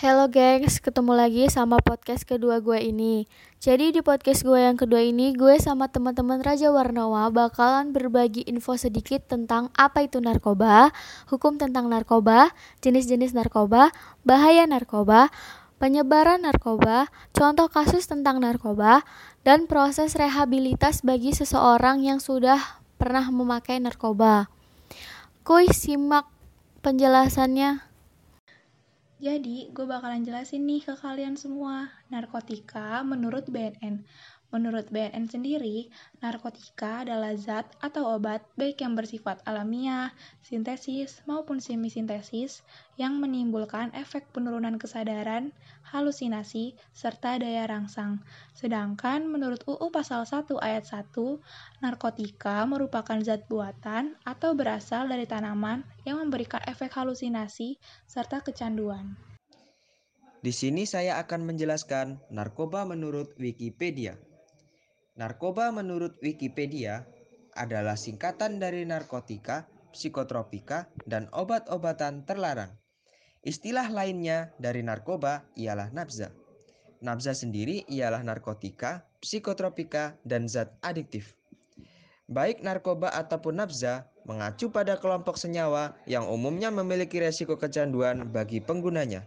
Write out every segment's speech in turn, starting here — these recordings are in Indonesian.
Halo gengs, ketemu lagi sama podcast kedua gue ini. Jadi di podcast gue yang kedua ini, gue sama teman-teman Raja Warnawa bakalan berbagi info sedikit tentang apa itu narkoba, hukum tentang narkoba, jenis-jenis narkoba, bahaya narkoba, penyebaran narkoba, contoh kasus tentang narkoba, dan proses rehabilitas bagi seseorang yang sudah pernah memakai narkoba. Kuy, simak penjelasannya. Jadi, gue bakalan jelasin nih ke kalian semua. Narkotika menurut BNN. Menurut BNN sendiri, narkotika adalah zat atau obat baik yang bersifat alamiah, sintesis, maupun semisintesis yang menimbulkan efek penurunan kesadaran, halusinasi, serta daya rangsang. Sedangkan menurut UU Pasal 1 Ayat 1, narkotika merupakan zat buatan atau berasal dari tanaman yang memberikan efek halusinasi serta kecanduan. Di sini saya akan menjelaskan narkoba menurut Wikipedia. Narkoba menurut Wikipedia adalah singkatan dari narkotika, psikotropika, dan obat-obatan terlarang. Istilah lainnya dari narkoba ialah nabza. Nabza sendiri ialah narkotika, psikotropika, dan zat adiktif. Baik narkoba ataupun nabza mengacu pada kelompok senyawa yang umumnya memiliki resiko kecanduan bagi penggunanya.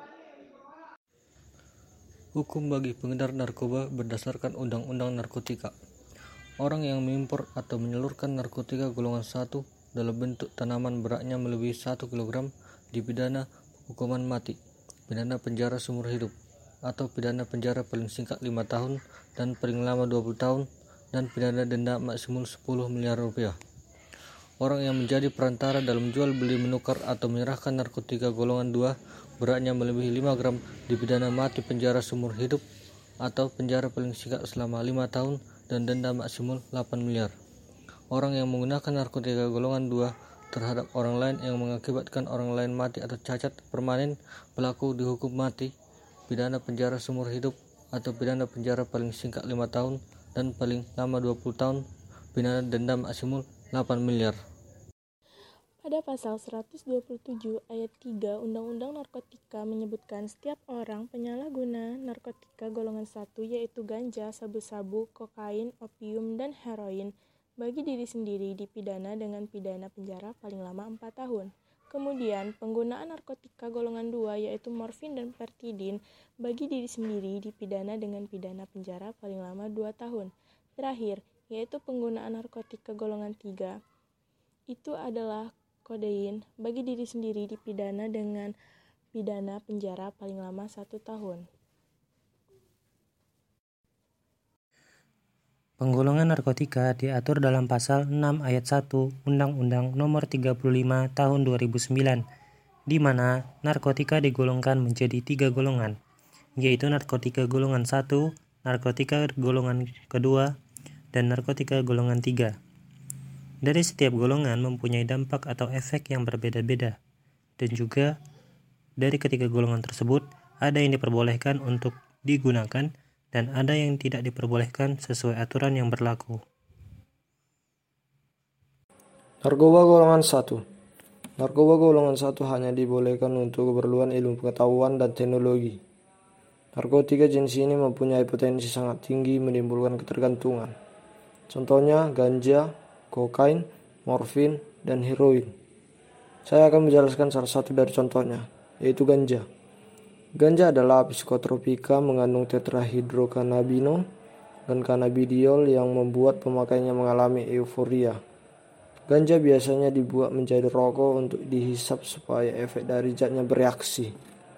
Hukum bagi pengedar narkoba berdasarkan Undang-Undang Narkotika. Orang yang mengimpor atau menyalurkan narkotika golongan 1 dalam bentuk tanaman beratnya melebihi 1 kg dipidana hukuman mati, pidana penjara seumur hidup, atau pidana penjara paling singkat 5 tahun dan paling lama 20 tahun, dan pidana denda maksimum 10 miliar rupiah. Orang yang menjadi perantara dalam jual beli menukar atau menyerahkan narkotika golongan 2 beratnya melebihi 5 gram dipidana mati, penjara seumur hidup, atau penjara paling singkat selama 5 tahun dan denda maksimal 8 miliar. Orang yang menggunakan narkotika golongan 2 terhadap orang lain yang mengakibatkan orang lain mati atau cacat permanen, pelaku dihukum mati, pidana penjara seumur hidup, atau pidana penjara paling singkat 5 tahun dan paling lama 20 tahun, pidana denda maksimal 8 miliar. Pada pasal 127 ayat 3 Undang-Undang Narkotika menyebutkan setiap orang penyalahguna narkotika golongan 1 yaitu ganja, sabu-sabu, kokain, opium, dan heroin bagi diri sendiri dipidana dengan pidana penjara paling lama 4 tahun. Kemudian penggunaan narkotika golongan 2 yaitu morfin dan pertidin bagi diri sendiri dipidana dengan pidana penjara paling lama 2 tahun. Terakhir, yaitu penggunaan narkotika golongan 3 itu adalah kodein bagi diri sendiri dipidana dengan pidana penjara paling lama 1 tahun. Penggolongan narkotika diatur dalam pasal 6 ayat 1 Undang-Undang Nomor 35 Tahun 2009, di mana narkotika digolongkan menjadi 3 golongan, yaitu narkotika golongan 1, narkotika golongan kedua, dan narkotika golongan 3. Dari setiap golongan mempunyai dampak atau efek yang berbeda-beda, dan juga dari ketiga golongan tersebut ada yang diperbolehkan untuk digunakan dan ada yang tidak diperbolehkan sesuai aturan yang berlaku. Narkoba golongan 1. Narkoba golongan 1 hanya dibolehkan untuk keperluan ilmu pengetahuan dan teknologi. Narkotika jenis ini mempunyai potensi sangat tinggi menimbulkan ketergantungan. Contohnya ganja, kokain, morfin, dan heroin. Saya akan menjelaskan salah satu dari contohnya, yaitu ganja. Ganja adalah psikotropika mengandung tetrahidrokannabinol dan cannabidiol yang membuat pemakainya mengalami euforia. Ganja biasanya dibuat menjadi rokok untuk dihisap supaya efek dari zatnya bereaksi.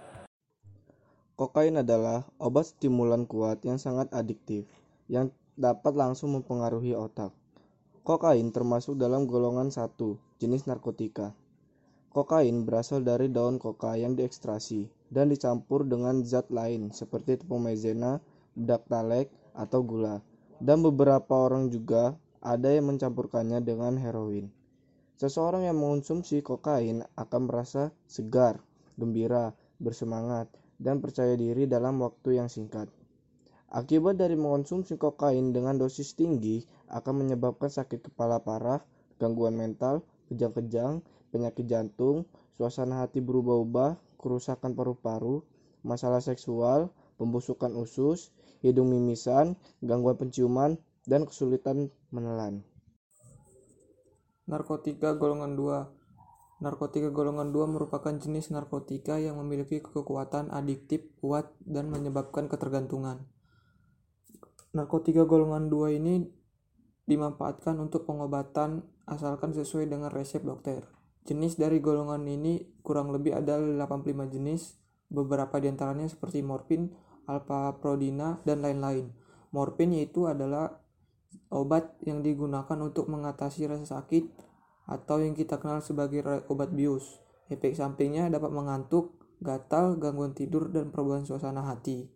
Kokain adalah obat stimulan kuat yang sangat adiktif, yang dapat langsung mempengaruhi otak. Kokain termasuk dalam golongan 1, jenis narkotika. Kokain berasal dari daun koka yang diekstrasi dan dicampur dengan zat lain seperti tepung maizena, bedak talek, atau gula. Dan beberapa orang juga ada yang mencampurkannya dengan heroin. Seseorang yang mengonsumsi kokain akan merasa segar, gembira, bersemangat, dan percaya diri dalam waktu yang singkat. Akibat dari mengonsumsi kokain dengan dosis tinggi akan menyebabkan sakit kepala parah, gangguan mental, kejang-kejang, penyakit jantung, suasana hati berubah-ubah, kerusakan paru-paru, masalah seksual, pembusukan usus, hidung mimisan, gangguan penciuman, dan kesulitan menelan. Narkotika golongan 2. Narkotika golongan 2 merupakan jenis narkotika yang memiliki kekuatan adiktif kuat dan menyebabkan ketergantungan. Narkotika golongan 2 ini dimanfaatkan untuk pengobatan asalkan sesuai dengan resep dokter. Jenis dari golongan ini kurang lebih ada 85 jenis, beberapa diantaranya seperti morfin, alfaprodina, dan lain-lain. Morfin yaitu adalah obat yang digunakan untuk mengatasi rasa sakit atau yang kita kenal sebagai obat bius. Efek sampingnya dapat mengantuk, gatal, gangguan tidur, dan perubahan suasana hati.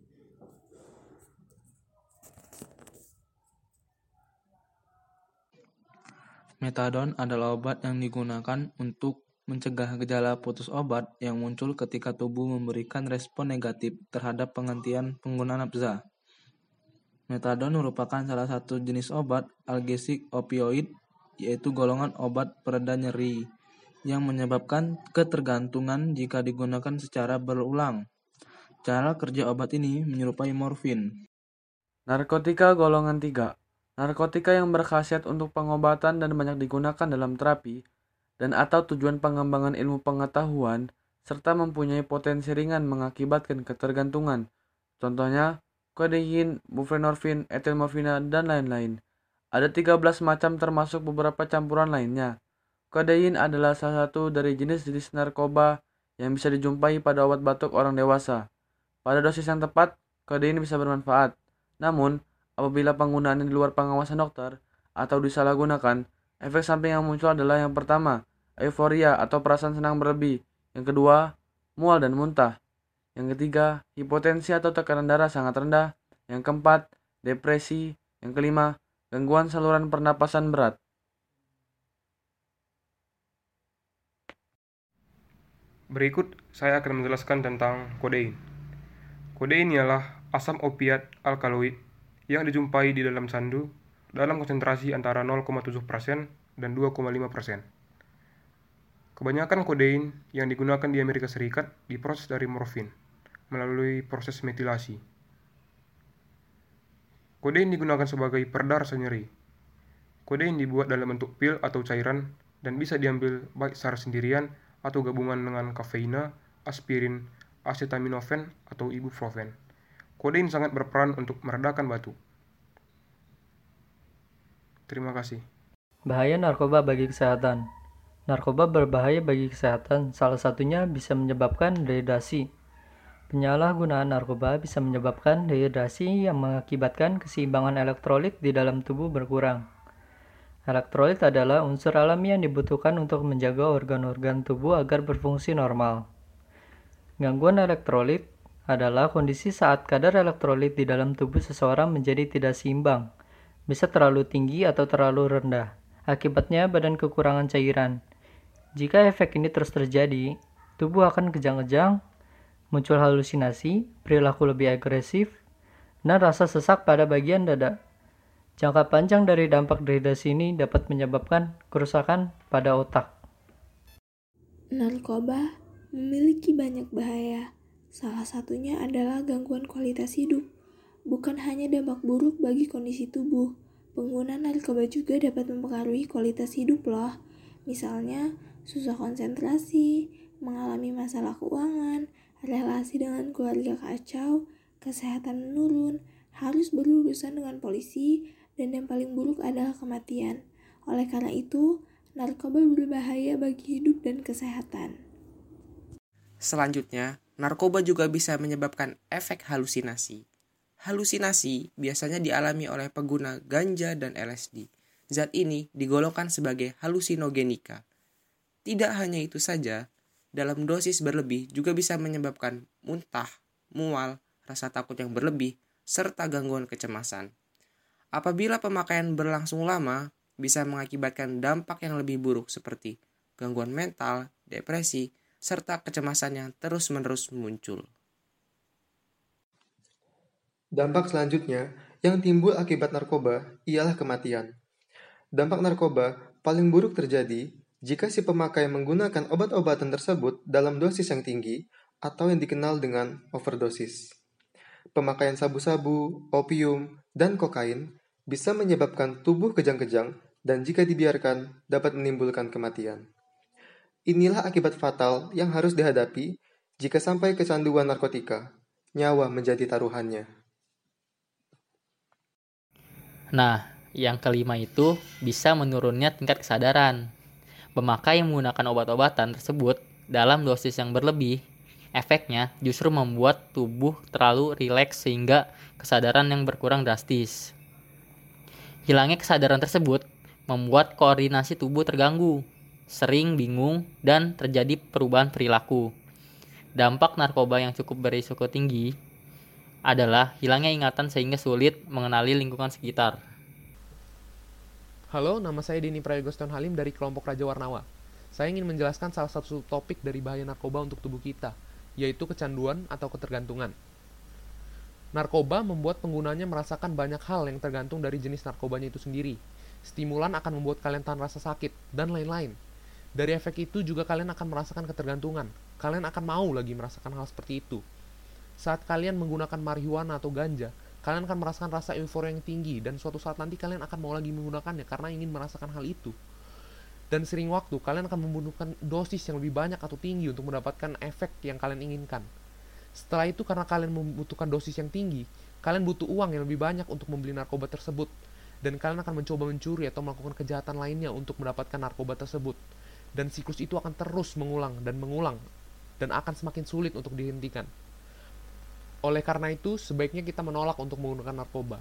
Metadon adalah obat yang digunakan untuk mencegah gejala putus obat yang muncul ketika tubuh memberikan respon negatif terhadap penghentian penggunaan nafza. Metadon merupakan salah satu jenis obat analgesik opioid, yaitu golongan obat pereda nyeri yang menyebabkan ketergantungan jika digunakan secara berulang. Cara kerja obat ini menyerupai morfin. Narkotika golongan 3. Narkotika yang berkhasiat untuk pengobatan dan banyak digunakan dalam terapi dan atau tujuan pengembangan ilmu pengetahuan serta mempunyai potensi ringan mengakibatkan ketergantungan. Contohnya kodein, buprenorfin, etilmorfina, dan lain-lain. Ada 13 macam termasuk beberapa campuran lainnya. Kodein adalah salah satu dari jenis-jenis narkoba yang bisa dijumpai pada obat batuk orang dewasa. Pada dosis yang tepat, kodein bisa bermanfaat. Namun, apabila penggunaannya di luar pengawasan dokter atau disalahgunakan, efek samping yang muncul adalah yang pertama, euforia atau perasaan senang berlebih. Yang kedua, mual dan muntah. Yang ketiga, hipotensi atau tekanan darah sangat rendah. Yang keempat, depresi. Yang kelima, gangguan saluran pernapasan berat. Berikut saya akan menjelaskan tentang kodein. Kodein ialah asam opiat alkaloid yang dijumpai di dalam sandu dalam konsentrasi antara 0,7% dan 2,5%. Kebanyakan kodein yang digunakan di Amerika Serikat diproses dari morfin melalui proses metilasi. Kodein digunakan sebagai pereda rasa nyeri. Kodein dibuat dalam bentuk pil atau cairan dan bisa diambil baik secara sendirian atau gabungan dengan kafeina, aspirin, acetaminophen, atau ibuprofen. Kodein sangat berperan untuk meredakan batuk. Terima kasih. Bahaya narkoba bagi kesehatan. Narkoba berbahaya bagi kesehatan, salah satunya bisa menyebabkan dehidrasi. Penyalahgunaan narkoba bisa menyebabkan dehidrasi yang mengakibatkan keseimbangan elektrolit di dalam tubuh berkurang. Elektrolit adalah unsur alami yang dibutuhkan untuk menjaga organ-organ tubuh agar berfungsi normal. Gangguan elektrolit adalah kondisi saat kadar elektrolit di dalam tubuh seseorang menjadi tidak seimbang, bisa terlalu tinggi atau terlalu rendah. Akibatnya badan kekurangan cairan. Jika efek ini terus terjadi, tubuh akan kejang-kejang, muncul halusinasi, perilaku lebih agresif, dan rasa sesak pada bagian dada. Jangka panjang dari dampak dehidrasi ini dapat menyebabkan kerusakan pada otak. Narkoba memiliki banyak bahaya. Salah satunya adalah gangguan kualitas hidup. Bukan hanya dampak buruk bagi kondisi tubuh, pengguna narkoba juga dapat mempengaruhi kualitas hidup loh. Misalnya, susah konsentrasi, mengalami masalah keuangan, relasi dengan keluarga kacau, kesehatan menurun, harus berurusan dengan polisi, dan yang paling buruk adalah kematian. Oleh karena itu, narkoba berbahaya bagi hidup dan kesehatan. Selanjutnya, narkoba juga bisa menyebabkan efek halusinasi. Halusinasi biasanya dialami oleh pengguna ganja dan LSD. Zat ini digolongkan sebagai halusinogenika. Tidak hanya itu saja, dalam dosis berlebih juga bisa menyebabkan muntah, mual, rasa takut yang berlebih, serta gangguan kecemasan. Apabila pemakaian berlangsung lama, bisa mengakibatkan dampak yang lebih buruk seperti gangguan mental, depresi, serta kecemasan yang terus-menerus muncul. Dampak selanjutnya yang timbul akibat narkoba ialah kematian. Dampak narkoba paling buruk terjadi jika si pemakai menggunakan obat-obatan tersebut dalam dosis yang tinggi atau yang dikenal dengan overdosis. Pemakaian sabu-sabu, opium, dan kokain bisa menyebabkan tubuh kejang-kejang dan jika dibiarkan dapat menimbulkan kematian. Inilah akibat fatal yang harus dihadapi jika sampai kecanduan narkotika. Nyawa menjadi taruhannya. Nah, yang kelima itu bisa menurunnya tingkat kesadaran. Pemakai yang menggunakan obat-obatan tersebut dalam dosis yang berlebih, efeknya justru membuat tubuh terlalu rileks sehingga kesadaran yang berkurang drastis. Hilangnya kesadaran tersebut membuat koordinasi tubuh terganggu, sering bingung, dan terjadi perubahan perilaku. Dampak narkoba yang cukup berisiko tinggi adalah hilangnya ingatan sehingga sulit mengenali lingkungan sekitar. Halo, nama saya Denny Prayogostion Halim dari kelompok Raja Warnawa. Saya ingin menjelaskan salah satu topik dari bahaya narkoba untuk tubuh kita, yaitu kecanduan atau ketergantungan. Narkoba membuat penggunanya merasakan banyak hal yang tergantung dari jenis narkobanya itu sendiri. Stimulan akan membuat kalian tahan rasa sakit, dan lain-lain. Dari efek itu juga kalian akan merasakan ketergantungan. Kalian akan mau lagi merasakan hal seperti itu. Saat kalian menggunakan marihuana atau ganja, kalian akan merasakan rasa euforia yang tinggi, dan suatu saat nanti kalian akan mau lagi menggunakannya karena ingin merasakan hal itu. Dan sering waktu, kalian akan membutuhkan dosis yang lebih banyak atau tinggi untuk mendapatkan efek yang kalian inginkan. Setelah itu, karena kalian membutuhkan dosis yang tinggi, kalian butuh uang yang lebih banyak untuk membeli narkoba tersebut. Dan kalian akan mencoba mencuri atau melakukan kejahatan lainnya untuk mendapatkan narkoba tersebut. Dan siklus itu akan terus mengulang, dan akan semakin sulit untuk dihentikan. Oleh karena itu, sebaiknya kita menolak untuk menggunakan narkoba.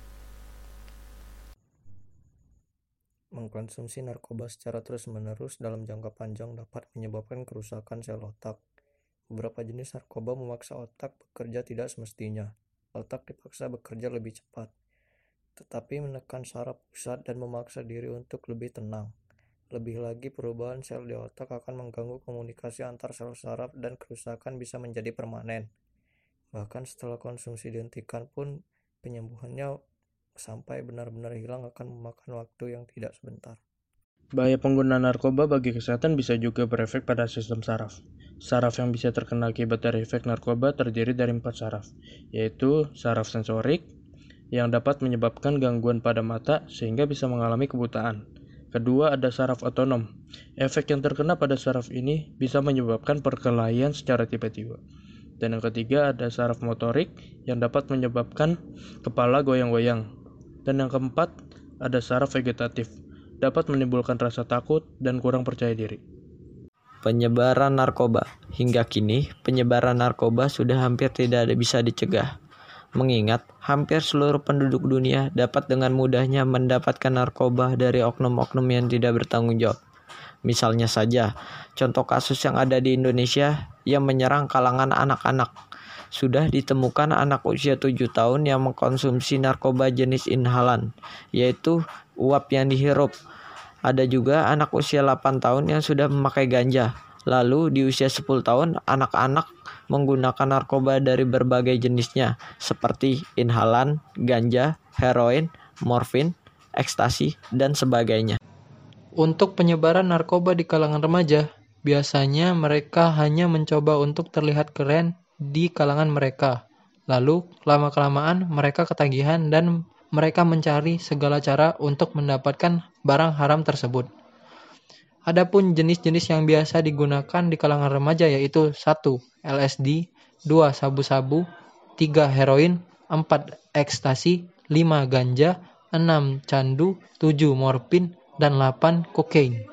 Mengkonsumsi narkoba secara terus-menerus dalam jangka panjang dapat menyebabkan kerusakan sel otak. Beberapa jenis narkoba memaksa otak bekerja tidak semestinya. Otak dipaksa bekerja lebih cepat, tetapi menekan saraf pusat dan memaksa diri untuk lebih tenang. Lebih lagi, perubahan sel di otak akan mengganggu komunikasi antar sel saraf dan kerusakan bisa menjadi permanen. Bahkan setelah konsumsi dihentikan pun, penyembuhannya sampai benar-benar hilang akan memakan waktu yang tidak sebentar. Bahaya penggunaan narkoba bagi kesehatan bisa juga berefek pada sistem saraf. Saraf yang bisa terkena akibat dari efek narkoba terdiri dari 4 saraf, yaitu saraf sensorik, yang dapat menyebabkan gangguan pada mata sehingga bisa mengalami kebutaan. Kedua, ada saraf otonom. Efek yang terkena pada saraf ini bisa menyebabkan perkelahian secara tiba-tiba. Dan yang ketiga, ada saraf motorik yang dapat menyebabkan kepala goyang-goyang. Dan yang keempat, ada saraf vegetatif, dapat menimbulkan rasa takut dan kurang percaya diri. Penyebaran narkoba. Hingga kini, penyebaran narkoba sudah hampir tidak bisa dicegah. Mengingat hampir seluruh penduduk dunia dapat dengan mudahnya mendapatkan narkoba dari oknum-oknum yang tidak bertanggung jawab. Misalnya saja, contoh kasus yang ada di Indonesia yang menyerang kalangan anak-anak. Sudah ditemukan anak usia 7 tahun yang mengkonsumsi narkoba jenis inhalan, yaitu uap yang dihirup. Ada juga anak usia 8 tahun yang sudah memakai ganja. Lalu di usia 10 tahun, anak-anak menggunakan narkoba dari berbagai jenisnya, seperti inhalan, ganja, heroin, morfin, ekstasi, dan sebagainya. Untuk penyebaran narkoba di kalangan remaja, biasanya mereka hanya mencoba untuk terlihat keren di kalangan mereka. Lalu, lama-kelamaan mereka ketagihan dan mereka mencari segala cara untuk mendapatkan barang haram tersebut. Adapun jenis-jenis yang biasa digunakan di kalangan remaja yaitu 1. LSD, 2. Sabu-sabu, 3. Heroin, 4. Ekstasi, 5. Ganja, 6. Candu, 7. Morfin, dan 8. Kokain.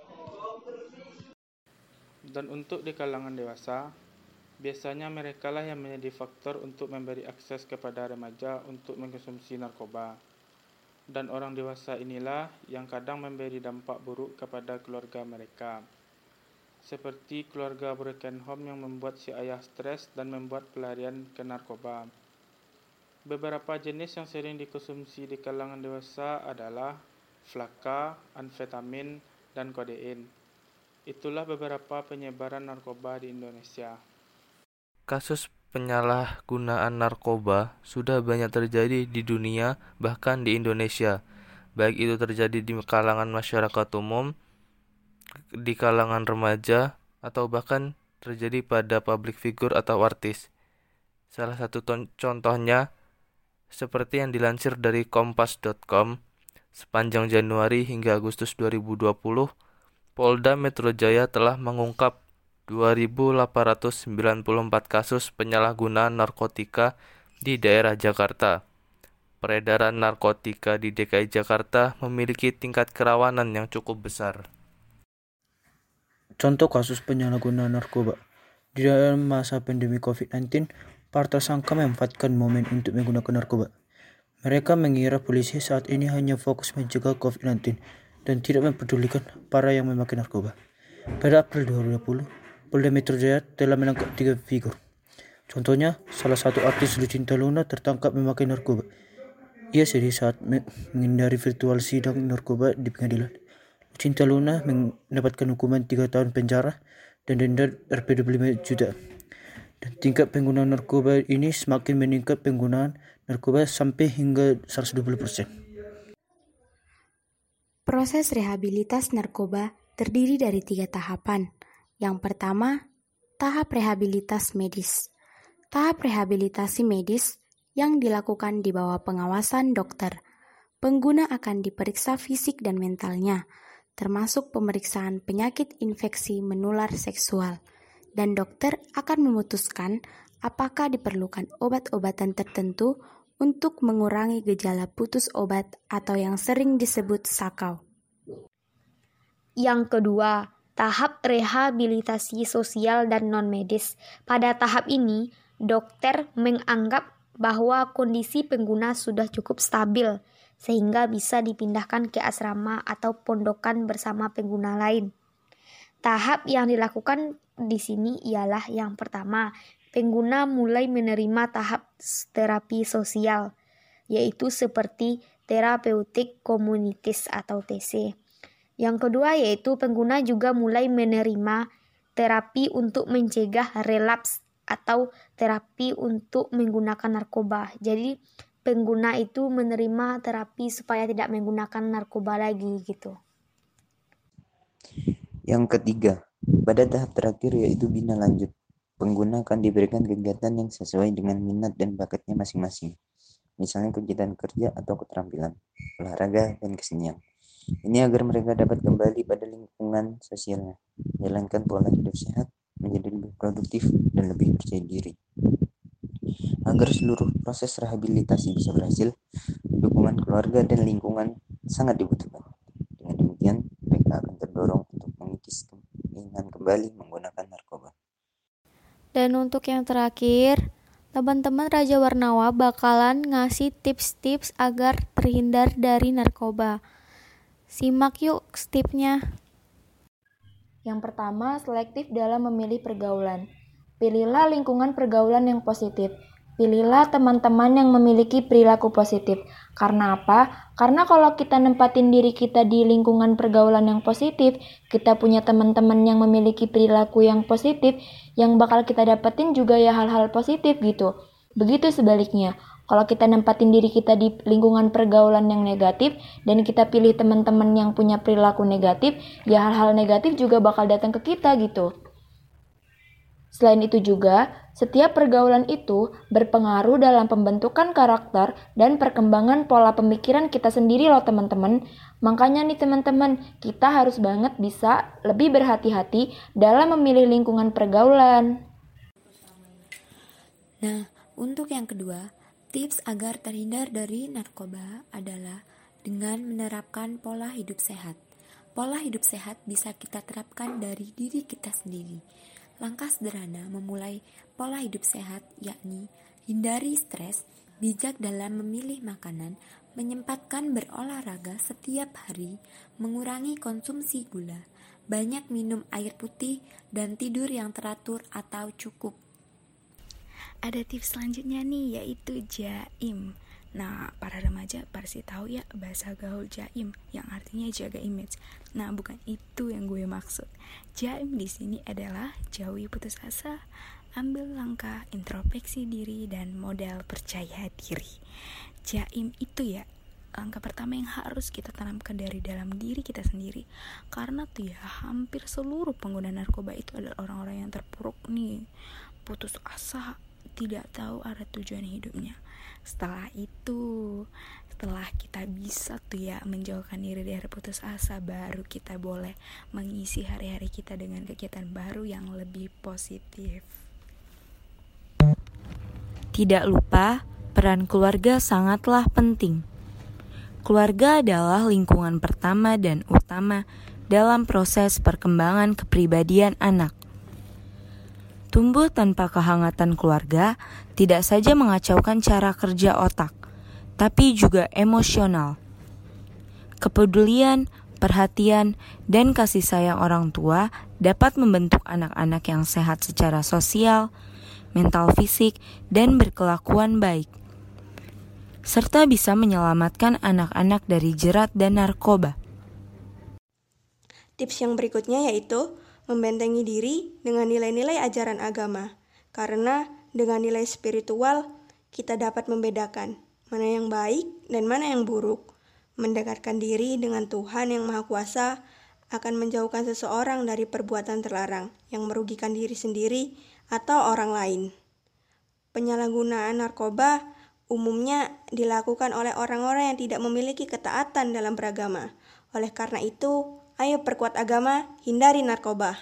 Dan untuk di kalangan dewasa, biasanya mereka lah yang menjadi faktor untuk memberi akses kepada remaja untuk mengkonsumsi narkoba. Dan orang dewasa inilah yang kadang memberi dampak buruk kepada keluarga mereka. Seperti keluarga broken home yang membuat si ayah stres dan membuat pelarian ke narkoba. Beberapa jenis yang sering dikonsumsi di kalangan dewasa adalah flaka, amfetamin, dan kodein. Itulah beberapa penyebaran narkoba di Indonesia. Kasus penyalahgunaan narkoba sudah banyak terjadi di dunia, bahkan di Indonesia. Baik itu terjadi di kalangan masyarakat umum, di kalangan remaja, atau bahkan terjadi pada public figure atau artis. Salah satu contohnya seperti yang dilansir dari kompas.com, sepanjang Januari hingga Agustus 2020, Polda Metro Jaya telah mengungkap 2.894 kasus penyalahgunaan narkotika di daerah Jakarta. Peredaran narkotika di DKI Jakarta memiliki tingkat kerawanan yang cukup besar. Contoh kasus penyalahgunaan narkoba. Di dalam masa pandemi COVID-19, para tersangka memanfaatkan momen untuk menggunakan narkoba. Mereka mengira polisi saat ini hanya fokus mencegah COVID-19 dan tidak mempedulikan para yang memakai narkoba. Pada April 2020, Polda Metro Jaya telah menangkap 3 figur. Contohnya, salah satu artis Lucinta Luna tertangkap memakai narkoba. Ia sedih saat menghindari virtual sidang narkoba di pengadilan. Lucinta Luna mendapatkan hukuman 3 tahun penjara dan denda Rp25 juta. Dan tingkat penggunaan narkoba ini semakin meningkat, penggunaan narkoba sampai hingga 120%. Proses rehabilitas narkoba terdiri dari 3 tahapan. Yang pertama, tahap rehabilitas medis. Tahap rehabilitasi medis yang dilakukan di bawah pengawasan dokter. Pengguna akan diperiksa fisik dan mentalnya, termasuk pemeriksaan penyakit infeksi menular seksual. Dan dokter akan memutuskan apakah diperlukan obat-obatan tertentu untuk mengurangi gejala putus obat atau yang sering disebut sakau. Yang kedua, tahap rehabilitasi sosial dan non-medis. Pada tahap ini, dokter menganggap bahwa kondisi pengguna sudah cukup stabil, sehingga bisa dipindahkan ke asrama atau pondokan bersama pengguna lain. Tahap yang dilakukan di sini ialah yang pertama, pengguna mulai menerima tahap terapi sosial, yaitu seperti terapeutik komunitas atau TC. Yang kedua yaitu pengguna juga mulai menerima terapi untuk mencegah relaps atau terapi untuk menggunakan narkoba. Jadi pengguna itu menerima terapi supaya tidak menggunakan narkoba lagi gitu. Yang ketiga, pada tahap terakhir yaitu bina lanjut. Pengguna akan diberikan kegiatan yang sesuai dengan minat dan bakatnya masing-masing. Misalnya kegiatan kerja atau keterampilan, olahraga, dan kesenian. Ini agar mereka dapat kembali pada lingkungan sosialnya, menjalankan pola hidup sehat, menjadi lebih produktif dan lebih percaya diri. Agar seluruh proses rehabilitasi bisa berhasil, dukungan keluarga dan lingkungan sangat dibutuhkan. Dengan demikian, mereka akan terdorong untuk mengikis keinginan kembali menggunakan narkoba. Dan untuk yang terakhir, teman-teman Raja Warnawa bakalan ngasih tips-tips agar terhindar dari narkoba. Simak yuk tipsnya. Yang pertama, selektif dalam memilih pergaulan. Pilihlah lingkungan pergaulan yang positif. Pilihlah teman-teman yang memiliki perilaku positif. Karena apa? Karena kalau kita nempatin diri kita di lingkungan pergaulan yang positif, kita punya teman-teman yang memiliki perilaku yang positif, yang bakal kita dapetin juga ya hal-hal positif gitu. Begitu sebaliknya. Kalau kita nempatin diri kita di lingkungan pergaulan yang negatif dan kita pilih teman-teman yang punya perilaku negatif, ya hal-hal negatif juga bakal datang ke kita gitu. Selain itu juga, setiap pergaulan itu berpengaruh dalam pembentukan karakter dan perkembangan pola pemikiran kita sendiri loh teman-teman. Makanya nih teman-teman, kita harus banget bisa lebih berhati-hati dalam memilih lingkungan pergaulan. Nah, untuk yang kedua, tips agar terhindar dari narkoba adalah dengan menerapkan pola hidup sehat. Pola hidup sehat bisa kita terapkan dari diri kita sendiri. Langkah sederhana memulai pola hidup sehat yakni hindari stres, bijak dalam memilih makanan, menyempatkan berolahraga setiap hari, mengurangi konsumsi gula, banyak minum air putih, dan tidur yang teratur atau cukup. Ada tips selanjutnya nih, yaitu jaim. Nah, para remaja pasti tahu ya bahasa gaul jaim, yang artinya jaga image. Nah, bukan itu yang gue maksud. Jaim di sini adalah jauhi putus asa, ambil langkah introspeksi diri dan modal percaya diri. Jaim itu ya langkah pertama yang harus kita tanamkan dari dalam diri kita sendiri. Karena tuh ya, hampir seluruh pengguna narkoba itu adalah orang-orang yang terpuruk nih, putus asa, tidak tahu arah tujuan hidupnya. Setelah kita bisa tuh ya menjauhkan diri dari putus asa, baru kita boleh mengisi hari-hari kita dengan kegiatan baru yang lebih positif. Tidak lupa, peran keluarga sangatlah penting. Keluarga adalah lingkungan pertama dan utama dalam proses perkembangan kepribadian anak. Tumbuh tanpa kehangatan keluarga tidak saja mengacaukan cara kerja otak, tapi juga emosional. Kepedulian, perhatian, dan kasih sayang orang tua dapat membentuk anak-anak yang sehat secara sosial, mental, fisik, dan berkelakuan baik, serta bisa menyelamatkan anak-anak dari jerat dan narkoba. Tips yang berikutnya yaitu membentengi diri dengan nilai-nilai ajaran agama, karena dengan nilai spiritual kita dapat membedakan mana yang baik dan mana yang buruk. Mendekatkan diri dengan Tuhan yang Maha Kuasa akan menjauhkan seseorang dari perbuatan terlarang yang merugikan diri sendiri atau orang lain. Penyalahgunaan narkoba umumnya dilakukan oleh orang-orang yang tidak memiliki ketaatan dalam beragama. Oleh karena itu, ayo perkuat agama, hindari narkoba.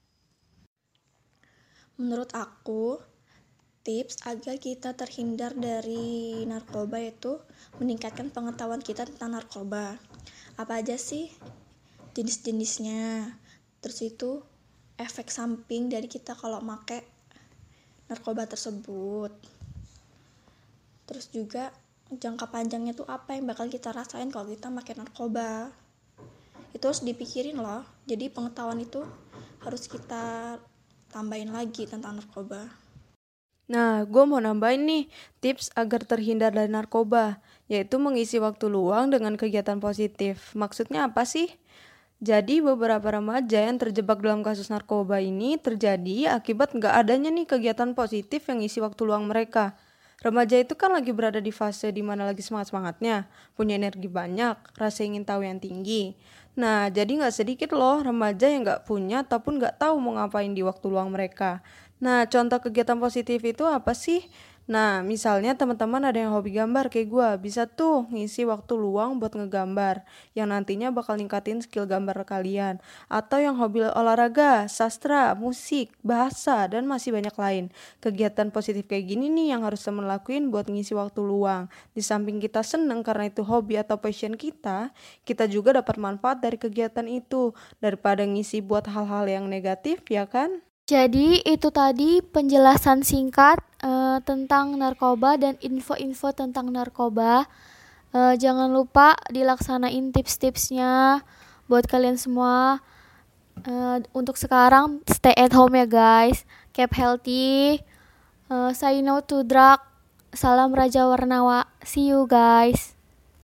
Menurut aku, tips agar kita terhindar dari narkoba itu meningkatkan pengetahuan kita tentang narkoba. Apa aja sih jenis-jenisnya? Terus itu efek samping dari kita kalau make narkoba tersebut. Terus juga jangka panjangnya tuh apa yang bakal kita rasain kalau kita pakai narkoba. Itu harus dipikirin loh. Jadi pengetahuan itu harus kita tambahin lagi tentang narkoba. Nah, gue mau nambahin nih tips agar terhindar dari narkoba, yaitu mengisi waktu luang dengan kegiatan positif. Maksudnya apa sih? Jadi beberapa remaja yang terjebak dalam kasus narkoba ini terjadi akibat nggak adanya nih kegiatan positif yang isi waktu luang mereka. Remaja itu kan lagi berada di fase dimana lagi semangat-semangatnya, punya energi banyak, rasa ingin tahu yang tinggi. Nah, jadi nggak sedikit loh remaja yang nggak punya ataupun nggak tahu mau ngapain di waktu luang mereka. Nah, contoh kegiatan positif itu apa sih? Nah, misalnya teman-teman ada yang hobi gambar kayak gue, bisa tuh ngisi waktu luang buat ngegambar, yang nantinya bakal ningkatin skill gambar kalian. Atau yang hobi olahraga, sastra, musik, bahasa, dan masih banyak lain. Kegiatan positif kayak gini nih yang harus temen lakuin buat ngisi waktu luang. Di samping kita seneng karena itu hobi atau passion kita juga dapat manfaat dari kegiatan itu, daripada ngisi buat hal-hal yang negatif, ya kan? Jadi itu tadi penjelasan singkat tentang narkoba dan info-info tentang narkoba. Jangan lupa dilaksanain tips-tipsnya buat kalian semua. Untuk sekarang stay at home ya guys, keep healthy, say no to drug. Salam Raja Warnawa, see you guys.